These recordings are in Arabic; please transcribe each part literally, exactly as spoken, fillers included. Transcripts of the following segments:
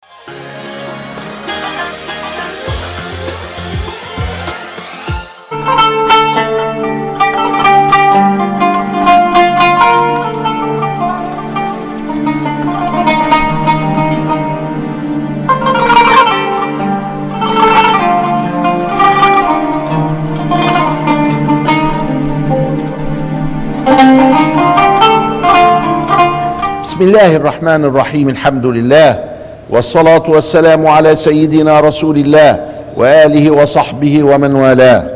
بسم الله الرحمن الرحيم. الحمد لله والصلاة والسلام على سيدنا رسول الله وآله وصحبه ومن والاه.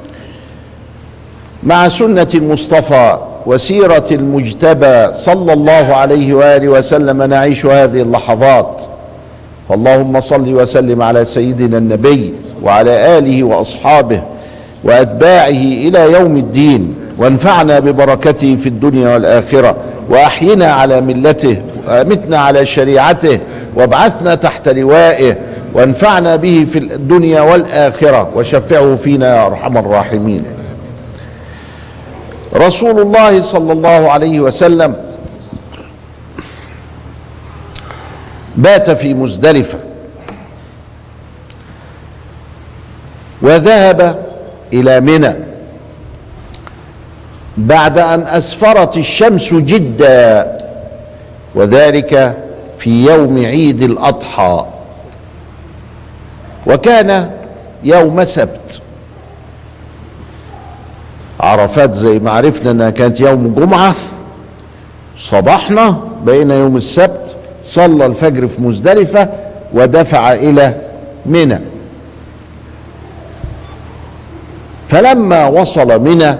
مع سنة المصطفى وسيرة المجتبى صلى الله عليه وآله وسلم نعيش هذه اللحظات، فاللهم صل وسلم على سيدنا النبي وعلى آله وأصحابه وأتباعه إلى يوم الدين، وانفعنا ببركته في الدنيا والآخرة، وأحينا على ملته، وأمتنا على شريعته، وابعثنا تحت لوائه، وانفعنا به في الدنيا والآخرة، وشفعه فينا يا أرحم الراحمين. رسول الله صلى الله عليه وسلم بات في مزدلفة وذهب إلى منى بعد أن أسفرت الشمس جدا، وذلك في يوم عيد الأضحى، وكان يوم سبت. عرفات زي ما عرفنا أنها كانت يوم جمعة، صباحنا بين يوم السبت، صلى الفجر في مزدلفة ودفع إلى منى. فلما وصل منى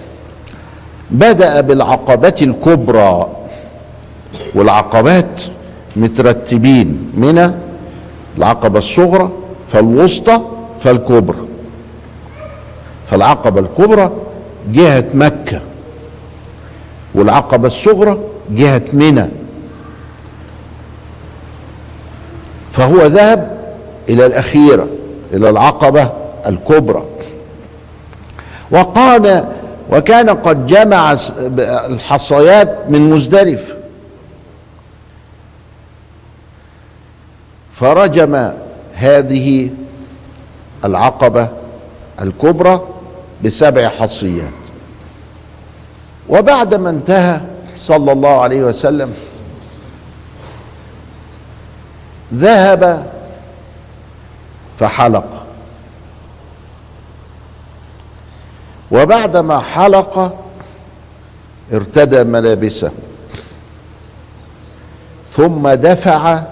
بدأ بالعقبة الكبرى، والعقبات مترتبين: منى، العقبة الصغرى، فالوسطى، فالكبرى. فالعقبة الكبرى جهة مكة، والعقبة الصغرى جهة منى. فهو ذهب إلى الأخيرة، إلى العقبة الكبرى، وقال وكان قد جمع الحصيات من مزدلفة، فرجم هذه العقبة الكبرى بسبع حصيات. وبعدما انتهى صلى الله عليه وسلم ذهب فحلق، وبعدما حلق ارتدى ملابسه، ثم دفع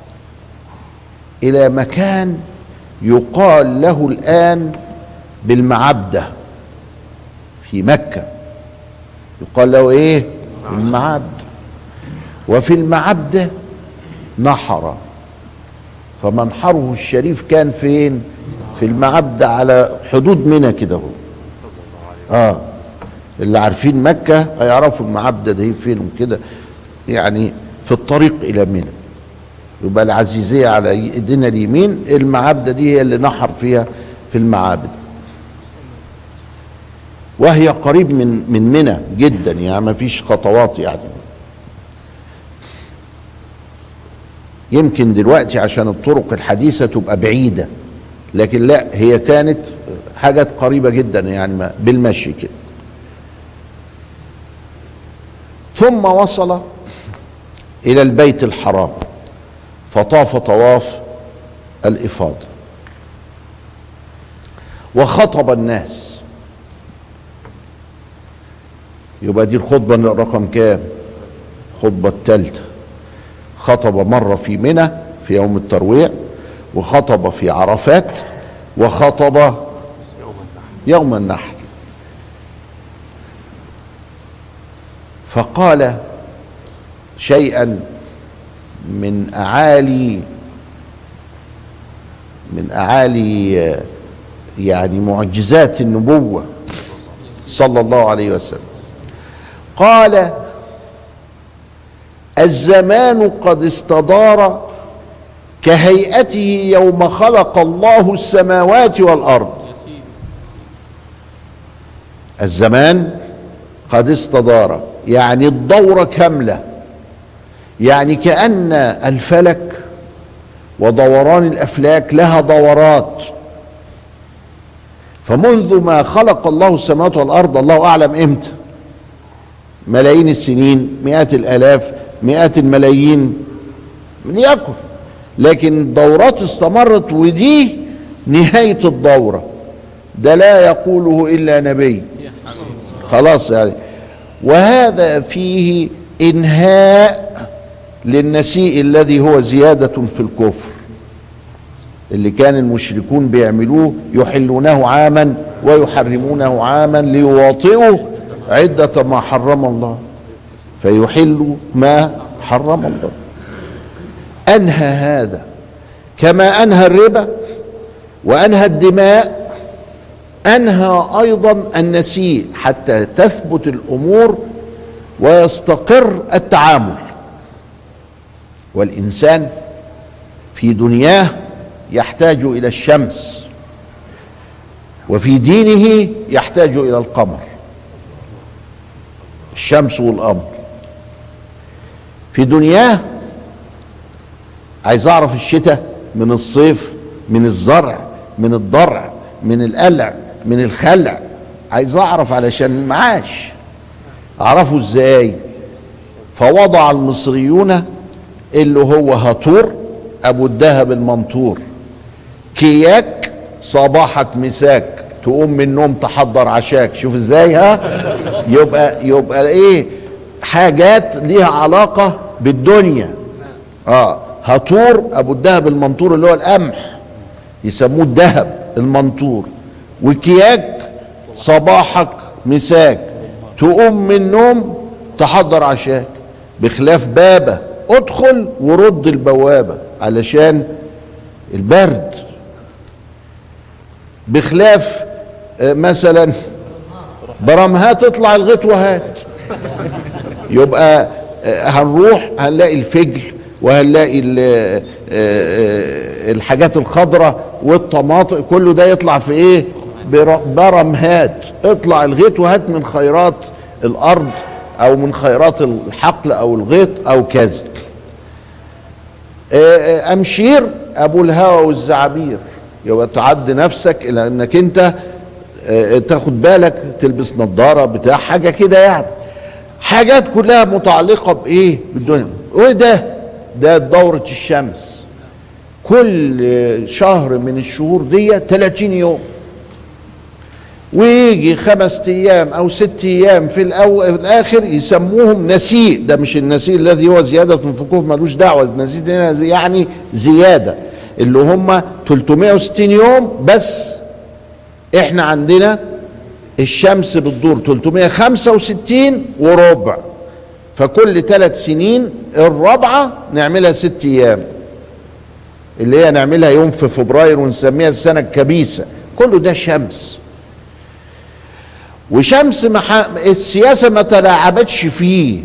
إلى مكان يقال له الآن بالمعبدة في مكة. يقال له ايه؟ المعبد. وفي المعبدة نحر، فمنحره الشريف كان فين؟ في المعبدة على حدود منى كده. هو اه اللي عارفين مكة هيعرفوا المعبدة دي فين وكده، يعني في الطريق إلى منى. يبقى العزيزية على ايدينا اليمين، المعبدة دي هي اللي نحر فيها في المعابد، وهي قريب من من منى جدا، يعني ما فيش خطوات. يعني يمكن دلوقتي عشان الطرق الحديثة تبقى بعيدة، لكن لا، هي كانت حاجات قريبة جدا، يعني بالمشي كده. ثم وصل إلى البيت الحرام فطاف طواف الإفاضة وخطب الناس. يبقى دي الخطبة رقم كام؟ خطبة الثالثة. خطب مرة في منى في يوم الترويع، وخطب في عرفات، وخطب يوم النحر. فقال شيئا من أعالي من أعالي يعني معجزات النبوة صلى الله عليه وسلم. قال: الزمان قد استدار كهيئته يوم خلق الله السماوات والأرض. الزمان قد استدار، يعني الدورة كاملة، يعني كأن الفلك ودوران الافلاك لها دورات. فمنذ ما خلق الله السماوات والارض، الله اعلم امتى، ملايين السنين، مئات الالاف، مئات الملايين من يكن، لكن الدورات استمرت، ودي نهاية الدورة. ده لا يقوله الا نبي، خلاص يعني. وهذا فيه انهاء للنسيء الذي هو زيادة في الكفر، اللي كان المشركون بيعملوه، يحلونه عاما ويحرمونه عاما ليواطئوا عدة ما حرم الله، فيحلوا ما حرم الله. أنهى هذا كما أنهى الربا وأنهى الدماء، أنهى أيضا النسيء حتى تثبت الأمور ويستقر التعامل. والإنسان في دنياه يحتاج إلى الشمس، وفي دينه يحتاج إلى القمر، الشمس والقمر. في دنياه عايز أعرف الشتاء من الصيف، من الزرع، من الضرع، من القلع، من الخلع، عايز أعرف علشان المعاش. أعرفه إزاي؟ فوضع المصريون اللي هو هطور ابو الدهب المنطور، كياك صباحك مساك، تقوم من النوم تحضر عشاك. شوف ازاي، ها؟ يبقى يبقى ايه؟ حاجات ليها علاقه بالدنيا. اه هطور ابو الدهب المنطور اللي هو القمح، يسموه الدهب المنطور. وكياك صباحك مساك، تقوم من النوم تحضر عشاك. بخلاف بابه، ادخل ورد البوابة علشان البرد. بخلاف مثلا برمهات، اطلع الغيط وهات. يبقى هنروح هنلاقي الفجل، وهنلاقي الحاجات الخضراء والطماطم، كله ده يطلع في ايه؟ برمهات. اطلع الغيط وهات من خيرات الارض، او من خيرات الحقل او الغيط او كذا. امشير ابو الهوى والزعابير، يبقى تعد نفسك الى انك انت تاخد بالك، تلبس نظارة بتاع حاجة كده يعني، حاجات كلها متعلقة بايه؟ بالدنيا. وده ده دورة الشمس، كل شهر من الشهور دي ثلاثين يوم، ويجي خمس ايام او ست ايام في الاول في الاخر يسموهم نسيء. ده مش النسيء الذي هو زياده في الكفر، ملوش دعوه. النسيء يعني زياده، اللي هم ثلاثمائة وستين يوم. بس احنا عندنا الشمس بتدور ثلاثمائة وخمسة وستين وربع، فكل ثلاث سنين الرابعه نعملها ست ايام، اللي هي نعملها يوم في فبراير ونسميها السنه الكبيسه. كله ده شمس. وشمس مح... السياسة ما تلاعبتش فيه.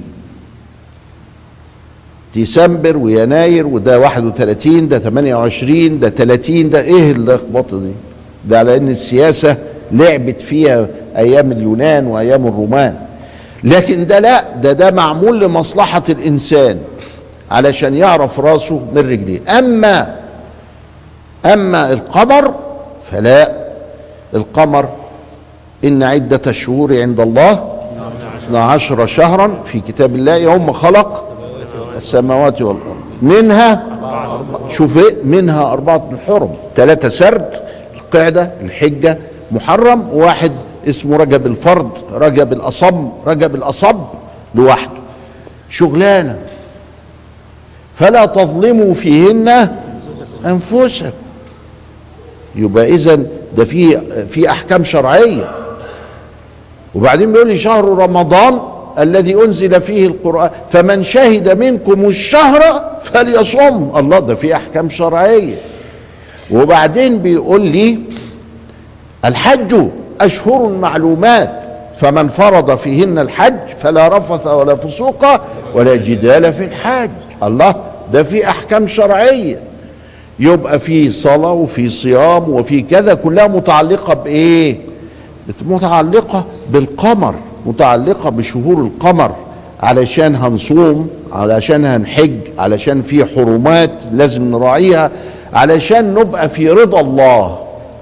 ديسمبر ويناير، وده واحد وثلاثين، ده ثمانية وعشرين، ده ثلاثين، ده ايه اللخبطة دي؟ ده على ان السياسة لعبت فيها ايام اليونان وايام الرومان. لكن ده لا، ده ده معمول لمصلحة الانسان علشان يعرف راسه من رجليه. اما اما القمر فلا. القمر إن عدة الشهور عند الله اثنا عشر شهرا في كتاب الله يوم خلق السماوات والأرض، منها شوف ايه؟ منها أربعة حرم، ثلاثة سرد، القعدة، الحجة، محرم، وواحد اسمه رجب الفرد، رجب الأصم، رجب الأصب لوحده. شغلانة. فلا تظلموا فيهن أنفسكم. يبقى إذن ده في في أحكام شرعية. وبعدين بيقول لي شهر رمضان الذي انزل فيه القرآن فمن شهد منكم الشهر فليصم. الله، ده في احكام شرعية. وبعدين بيقول لي الحج اشهر معلومات فمن فرض فيهن الحج فلا رفث ولا فسوق ولا جدال في الحج. الله، ده في احكام شرعية. يبقى في صلاة وفي صيام وفي كذا، كلها متعلقة بايه؟ متعلقة بالقمر، متعلقة بشهور القمر علشان هنصوم، علشان هنحج، علشان في حرمات لازم نراعيها، علشان نبقى في رضا الله.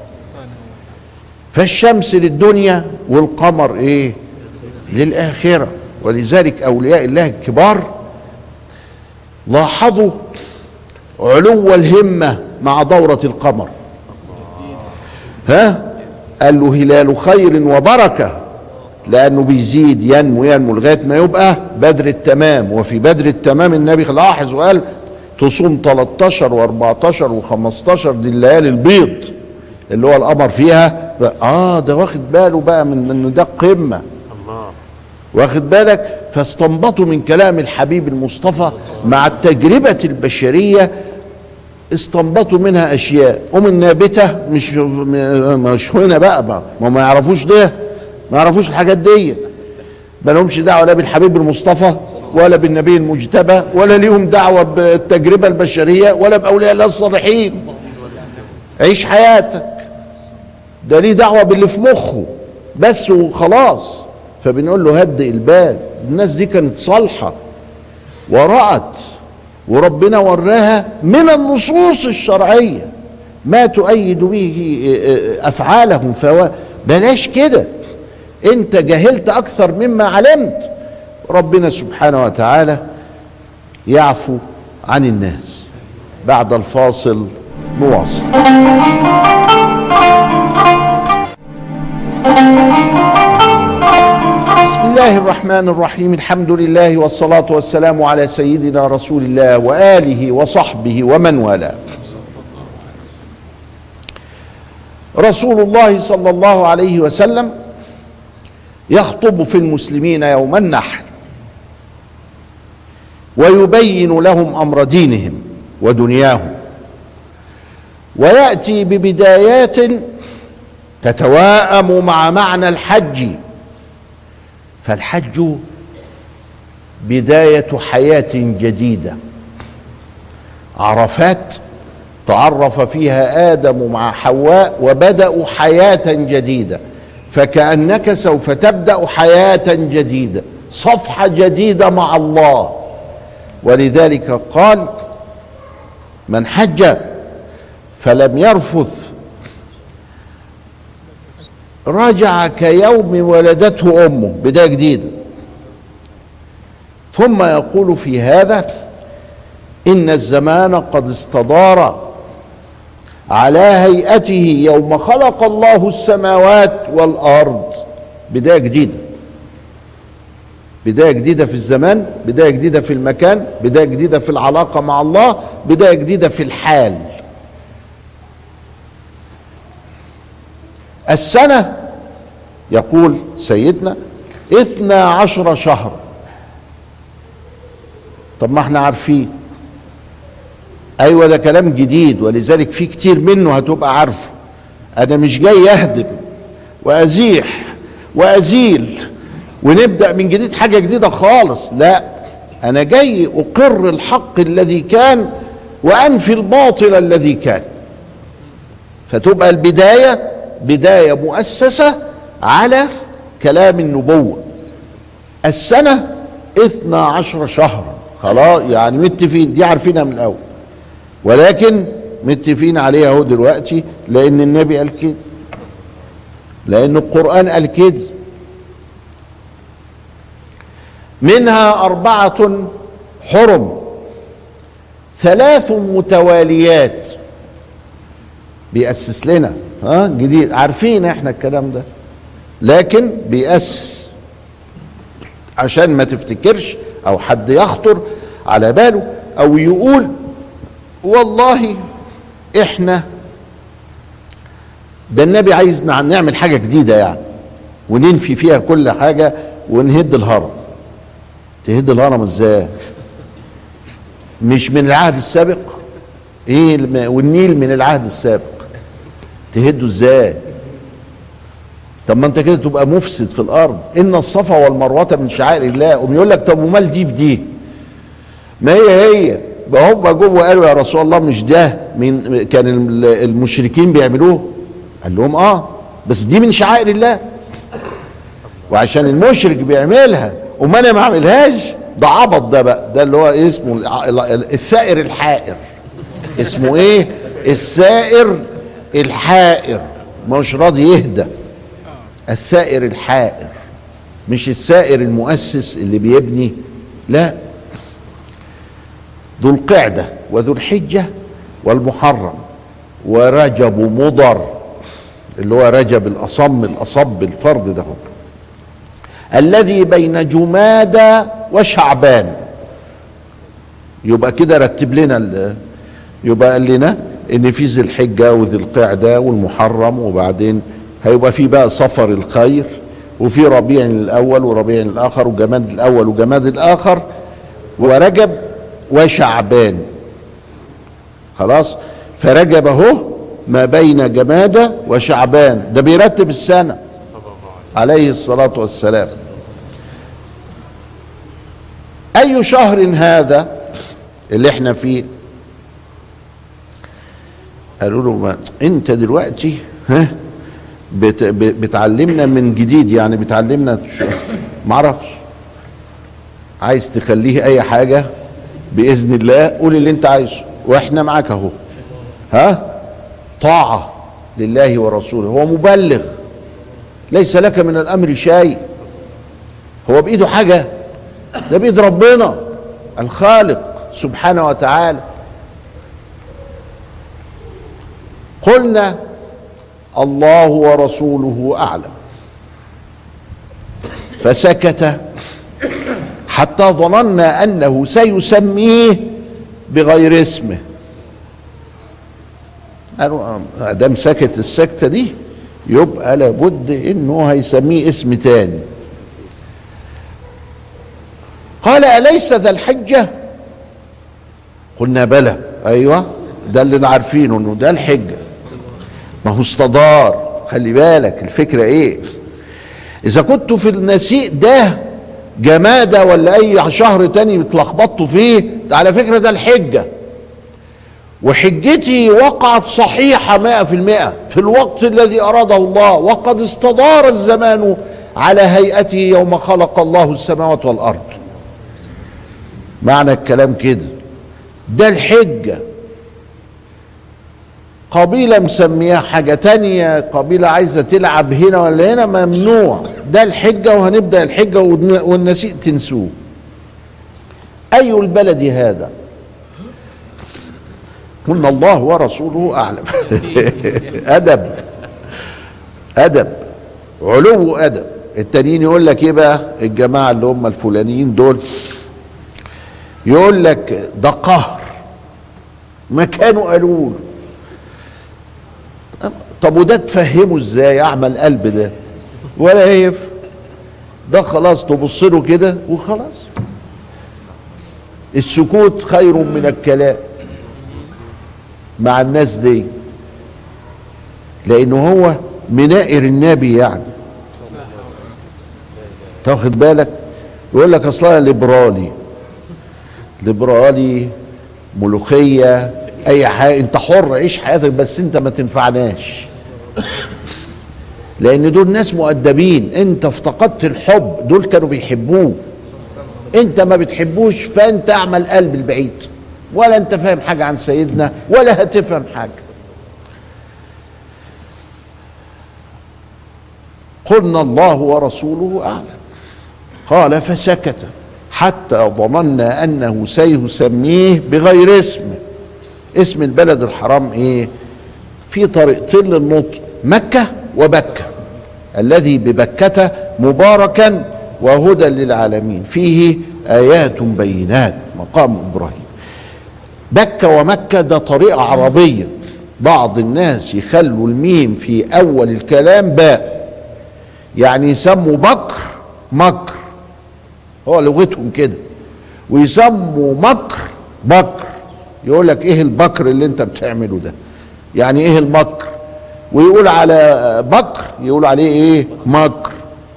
فالشمس للدنيا والقمر ايه؟ للآخرة. ولذلك أولياء الله الكبار لاحظوا علو الهمة مع دورة القمر. ها؟ قال له هلال خير وبركة، لأنه بيزيد ينمو ينمو لغاية ما يبقى بدر التمام. وفي بدر التمام النبي لاحظ وقال تصوم تلتاشر واربعتاشر وخمستاشر دي الليالي البيض اللي هو القمر فيها. اه ده واخد باله بقى من انه ده قمة، واخد بالك. فاستنبطوا من كلام الحبيب المصطفى مع التجربة البشرية، استنبطوا منها اشياء. ام النابتة مش مش هنا بقى, بقى ما ما يعرفوش ده، ما يعرفوش الحاجات دي، ما لهمش دعوه لا بالحبيب المصطفى ولا بالنبي المجتبى، ولا ليهم دعوه بالتجربه البشريه ولا باولياء الله الصالحين. عيش حياتك، ده ليه دعوه باللي في مخه بس وخلاص. فبنقول له هدئ البال. الناس دي كانت صالحه ورأت، وربنا وراها من النصوص الشرعيه ما تؤيد به افعالهم. فبلاش كده، انت جهلت اكثر مما علمت. ربنا سبحانه وتعالى يعفو عن الناس. بعد الفاصل نواصل. بسم الله الرحمن الرحيم. الحمد لله والصلاة والسلام على سيدنا رسول الله وآله وصحبه ومن والاه. رسول الله صلى الله عليه وسلم يخطب في المسلمين يوم النحر ويبين لهم امر دينهم ودنياهم، وياتي ببدايات تتواءم مع معنى الحج. فالحج بدايه حياه جديده. عرفات تعرف فيها آدم مع حواء وبدأوا حياة جديدة، فكأنك سوف تبدأ حياة جديدة، صفحة جديدة مع الله. ولذلك قال من حج فلم يرفث رجع كيوم ولدته أمه، بداية جديدة. ثم يقول في هذا إن الزمان قد استدار على هيئته يوم خلق الله السماوات والأرض. بداية جديدة، بداية جديدة في الزمان، بداية جديدة في المكان، بداية جديدة في العلاقة مع الله، بداية جديدة في الحال. السنة يقول سيدنا اثنى عشر شهر. طب ما احنا عارفين، ايوه ده كلام جديد، ولذلك في كتير منه هتبقى عارفه. انا مش جاي اهدم وازيح وازيل ونبدأ من جديد حاجة جديدة خالص، لا، انا جاي اقر الحق الذي كان وانفي الباطل الذي كان. فتبقى البداية بداية مؤسسة على كلام النبوة. السنة اثنى عشر شهرا، خلاص يعني متفقين، دي عارفينها من الاول، ولكن متفقين عليها اهو دلوقتي، لان النبي قال كده، لان القرآن قال كده. منها أربعة حرم، ثلاث متواليات. بيأسس لنا ها جديد، عارفين احنا الكلام ده، لكن بيأسس عشان ما تفتكرش او حد يخطر على باله او يقول والله احنا ده النبي عايز نعمل حاجة جديدة يعني وننفي فيها كل حاجة ونهد الهرم. تهد الهرم ازاي؟ مش من العهد السابق؟ ايه والنيل من العهد السابق، تهده ازاي؟ طب ما انت كده تبقى مفسد في الارض. ان الصفا والمروه من شعائر الله. قوم يقول لك طب ومال دي بدي؟ ما هي هي بقى. هم جوه قالوا يا رسول الله مش ده من كان المشركين بيعملوه؟ قال لهم اه بس دي من شعائر الله، وعشان المشرك بيعملها وما انا ما اعملهاش، ده عبط ده بقى، ده اللي هو اسمه الثائر الحائر. اسمه ايه؟ الثائر الحائر، مش راضي يهدى. الثائر الحائر، مش الثائر المؤسس اللي بيبني، لا. ذو القعدة وذو الحجة والمحرم ورجب مضر، اللي هو رجب الأصم الأصب الفرد ده، الذي بين جمادى وشعبان. يبقى كده رتب لنا، يبقى قال لنا ان في ذي الحجة وذي القعدة والمحرم، وبعدين هيبقى في بقى صفر الخير، وفي ربيع الاول وربيع الاخر وجماد الاول وجماد الاخر ورجب وشعبان. خلاص، فرجب اهو ما بين جمادى وشعبان، ده بيرتب السنة عليه الصلاة والسلام. اي شهر هذا اللي احنا فيه؟ قالوا له ما انت دلوقتي ها بت بتعلمنا من جديد، يعني بتعلمنا ما اعرفش، عايز تخليه اي حاجة باذن الله قول اللي انت عايزه واحنا معاك اهو. ها، طاعة لله ورسوله، هو مبلغ، ليس لك من الامر شيء. هو بايده حاجة؟ ده بايد ربنا الخالق سبحانه وتعالى. قلنا الله ورسوله اعلم، فسكت حتى ظننا انه سيسميه بغير اسمه. قالوا ادام سكت السكتة دي يبقى لابد انه هيسميه اسم تاني. قال اليس ذا الحجة؟ قلنا بلى، ايوه ده اللي عارفينه انه ده الحجة. ما هو استدار، خلي بالك الفكرة ايه. اذا كنتوا في النسيء ده جمادة ولا اي شهر تاني بتلخبطوا فيه، ده على فكرة ده الحجة، وحجتي وقعت صحيحة مائة في المائة في الوقت الذي اراده الله، وقد استدار الزمان على هيئته يوم خلق الله السماوات والارض. معنى الكلام كده، ده الحجة. قبيلة مسميها حاجة تانية، قبيلة عايزة تلعب هنا ولا هنا، ممنوع. ده الحجة، وهنبدأ الحجة والنسيء تنسوه. أي البلد هذا؟ قلنا الله ورسوله أعلم. أدب أدب علو أدب. التانيين يقول لك إيه بقى؟ الجماعة اللي هم الفلانيين دول يقول لك ده قهر، ما كانوا قالوا له. طب وده تفهمه ازاي؟ اعمل قلب ده ولا ينفع، ده خلاص تبص له كده وخلاص. السكوت خير من الكلام مع الناس دي، لانه هو منائر النبي يعني. تاخد بالك؟ يقول لك اصلا ليبرالي ليبرالي ملوخيه اي حاجه، انت حر عيش حياتك بس انت ما تنفعناش. لان دول ناس مؤدبين، انت افتقدت الحب، دول كانوا بيحبوه، انت ما بتحبوش، فانت اعمل قلب البعيد، ولا انت فاهم حاجه عن سيدنا ولا هتفهم حاجه. قلنا الله ورسوله اعلم. قال فسكت حتى ظننا انه سيسميه بغير اسمه. اسم البلد الحرام ايه؟ في طريقتين للنطق، مكة وبكة. الذي ببكة مباركا وهدى للعالمين فيه آيات بينات مقام إبراهيم. بكة ومكة ده طريقة عربية. بعض الناس يخلوا الميم في أول الكلام باء، يعني يسموا بكر مكر، هو لغتهم كده، ويسموا مكر بكر. يقول لك ايه البكر اللي انت بتعمله ده؟ يعني ايه المكر؟ ويقول على بكر يقول عليه ايه؟ مكر.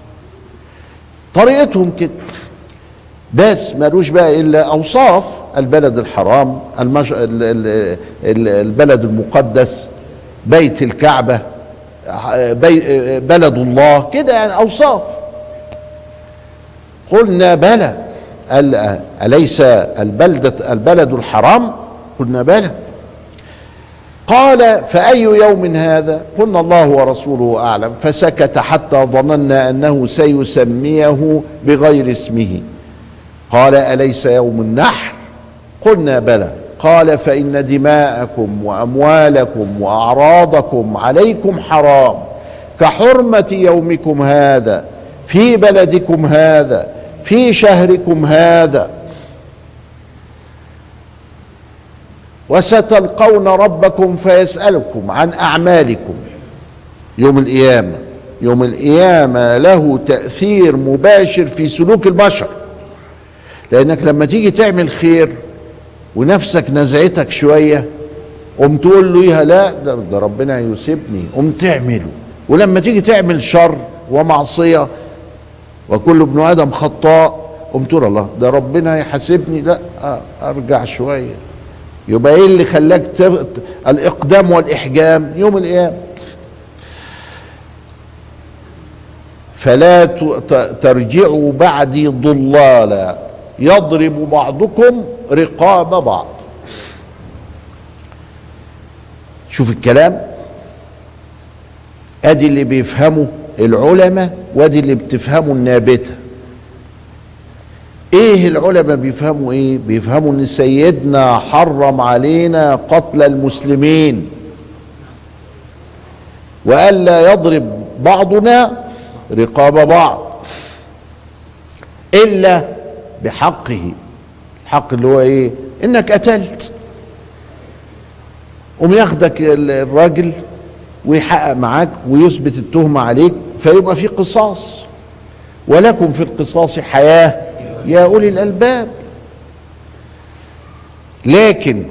طريقتهم كده، بس مالوش بقى الا اوصاف البلد الحرام، المش... ال... ال... ال... البلد المقدس، بيت الكعبة، بي... بلد الله كده، يعني اوصاف. قلنا بلى. قال أليس البلدة البلد الحرام؟ قلنا بلى. قال فأي يوم هذا؟ قلنا الله ورسوله أعلم. فسكت حتى ظننا أنه سيسميه بغير اسمه. قال أليس يوم النحر؟ قلنا بلى. قال فإن دماءكم وأموالكم وأعراضكم عليكم حرام كحرمة يومكم هذا في بلدكم هذا في شهركم هذا، وستلقون ربكم فيسألكم عن أعمالكم يوم القيامة. يوم القيامة له تأثير مباشر في سلوك البشر، لأنك لما تيجي تعمل خير ونفسك نزعتك شوية قم تقول له يا لا ده, ده ربنا يسيبني، قم تعمله. ولما تيجي تعمل شر ومعصية وكل ابن آدم خطاء قم تقول الله ده ربنا يحاسبني، لا ارجع شوية. يبقى ايه اللي خلاك تف... الاقدام والاحجام يوم القيامة. فلا ترجعوا بعدي ضلالا يضرب بعضكم رقاب بعض. شوف الكلام، ادي اللي بيفهمه العلماء وادي اللي بتفهمه النابته. ايه العلماء بيفهموا ايه؟ بيفهموا ان سيدنا حرم علينا قتل المسلمين وقال لا يضرب بعضنا رقاب بعض الا بحقه. الحق اللي هو ايه؟ انك قتلت، قوم ياخدك الراجل ويحقق معاك ويثبت التهمة عليك فيبقى في قصاص، ولكم في القصاص حياة يا أولي الألباب. لكن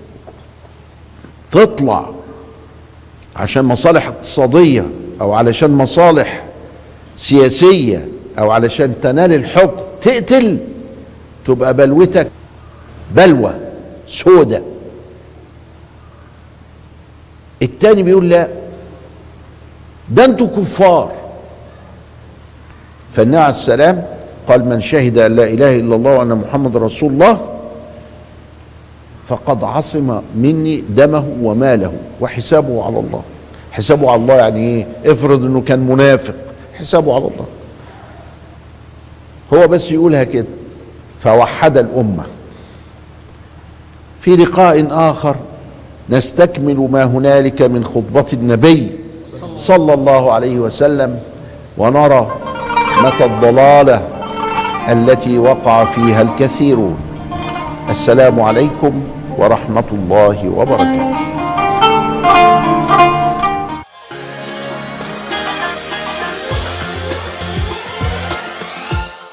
تطلع عشان مصالح اقتصادية أو علشان مصالح سياسية أو علشان تنال الحكم تقتل، تبقى بلوتك بلوى سودة. التاني بيقول لا ده انتوا كفار. فالنبي عليه السلام قال من شهد ان لا اله الا الله وان محمد رسول الله فقد عصم مني دمه وماله وحسابه على الله. حسابه على الله يعني ايه؟ افرض انه كان منافق، حسابه على الله. هو بس يقولها كده فوحد الامه. في لقاء اخر نستكمل ما هنالك من خطبة النبي صلى الله عليه وسلم ونرى متى الضلالة التي وقع فيها الكثيرون. السلام عليكم ورحمة الله وبركاته.